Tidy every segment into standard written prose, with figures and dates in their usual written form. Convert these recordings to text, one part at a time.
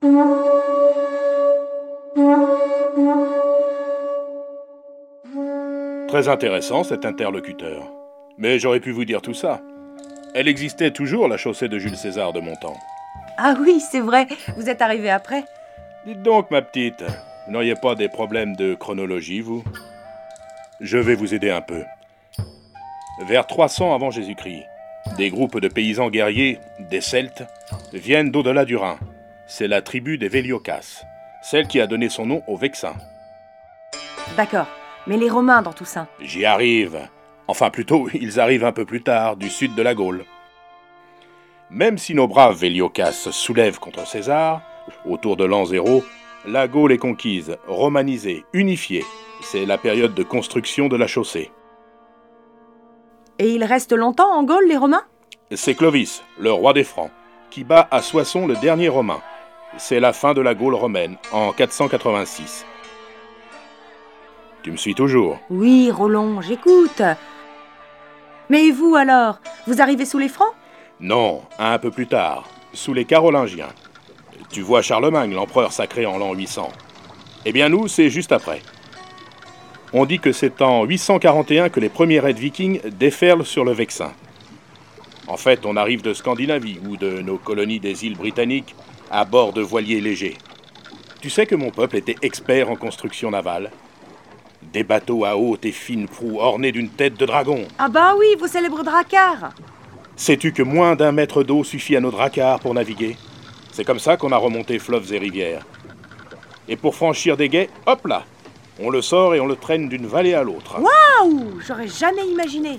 Très intéressant cet interlocuteur. Mais j'aurais pu vous dire tout ça. Elle existait toujours, la chaussée de Jules César de mon temps. Ah oui, c'est vrai, vous êtes arrivé après. Dites donc, ma petite, vous n'auriez pas des problèmes de chronologie, vous? Je vais vous aider un peu. Vers 300 avant Jésus-Christ, des groupes de paysans guerriers, des Celtes, viennent d'au-delà du Rhin. C'est la tribu des Véliocas, celle qui a donné son nom aux Vexins. D'accord, mais les Romains dans tout ça? J'y arrive. Enfin, plutôt, ils arrivent un peu plus tard, du sud de la Gaule. Même si nos braves Véliocas se soulèvent contre César, autour de l'an 0, la Gaule est conquise, romanisée, unifiée. C'est la période de construction de la chaussée. Et ils restent longtemps en Gaule, les Romains? C'est Clovis, le roi des Francs, qui bat à Soissons le dernier Romain. C'est la fin de la Gaule romaine, en 486. Tu me suis toujours? Oui, Roland, j'écoute. Mais vous alors? Vous arrivez sous les Francs? Non, un peu plus tard, sous les Carolingiens. Tu vois Charlemagne, l'empereur sacré en l'an 800. Eh bien nous, c'est juste après. On dit que c'est en 841 que les premiers raids vikings déferlent sur le Vexin. En fait, on arrive de Scandinavie ou de nos colonies des îles britanniques à bord de voiliers légers. Tu sais que mon peuple était expert en construction navale? Des bateaux à haute et fine proue ornés d'une tête de dragon. Ah bah oui, vos célèbres dracars. Sais-tu que moins d'1 mètre d'eau suffit à nos dracars pour naviguer? C'est comme ça qu'on a remonté fleuves et rivières. Et pour franchir des gués, hop là, on le sort et on le traîne d'une vallée à l'autre. Waouh! J'aurais jamais imaginé.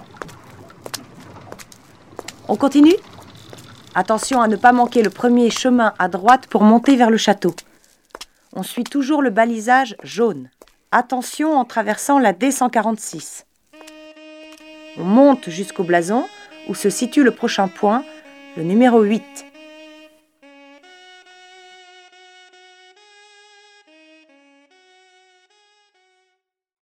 On continue? Attention à ne pas manquer le premier chemin à droite pour monter vers le château. On suit toujours le balisage jaune. Attention en traversant la D146. On monte jusqu'au blason où se situe le prochain point, le numéro 8.